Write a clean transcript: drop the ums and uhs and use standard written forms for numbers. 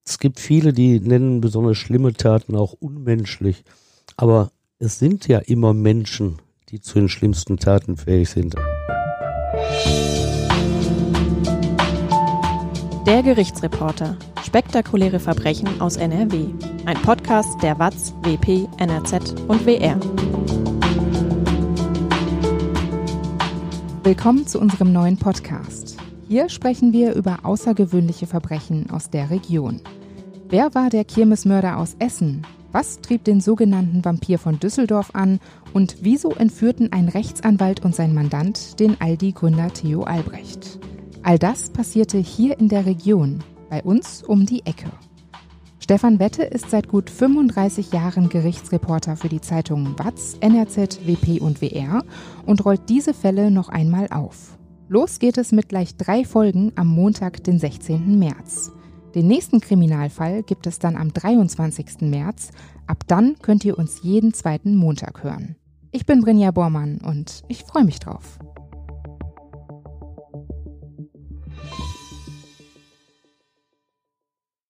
Es gibt viele, die nennen besonders schlimme Taten auch unmenschlich. Aber es sind ja immer Menschen, die zu den schlimmsten Taten fähig sind. Der Gerichtsreporter. Spektakuläre Verbrechen aus NRW. Ein Podcast der WAZ, WP, NRZ und WR. Willkommen zu unserem neuen Podcast. Hier sprechen wir über außergewöhnliche Verbrechen aus der Region. Wer war der Kirmesmörder aus Essen? Was trieb den sogenannten Vampir von Düsseldorf an? Und wieso entführten ein Rechtsanwalt und sein Mandant den Aldi-Gründer Theo Albrecht? All das passierte hier in der Region, bei uns um die Ecke. Stefan Wette ist seit gut 35 Jahren Gerichtsreporter für die Zeitungen WAZ, NRZ, WP und WR und rollt diese Fälle noch einmal auf. Los geht es mit gleich 3 Folgen am Montag, den 16. März. Den nächsten Kriminalfall gibt es dann am 23. März. Ab dann könnt ihr uns jeden zweiten Montag hören. Ich bin Brinja Bormann und ich freue mich drauf.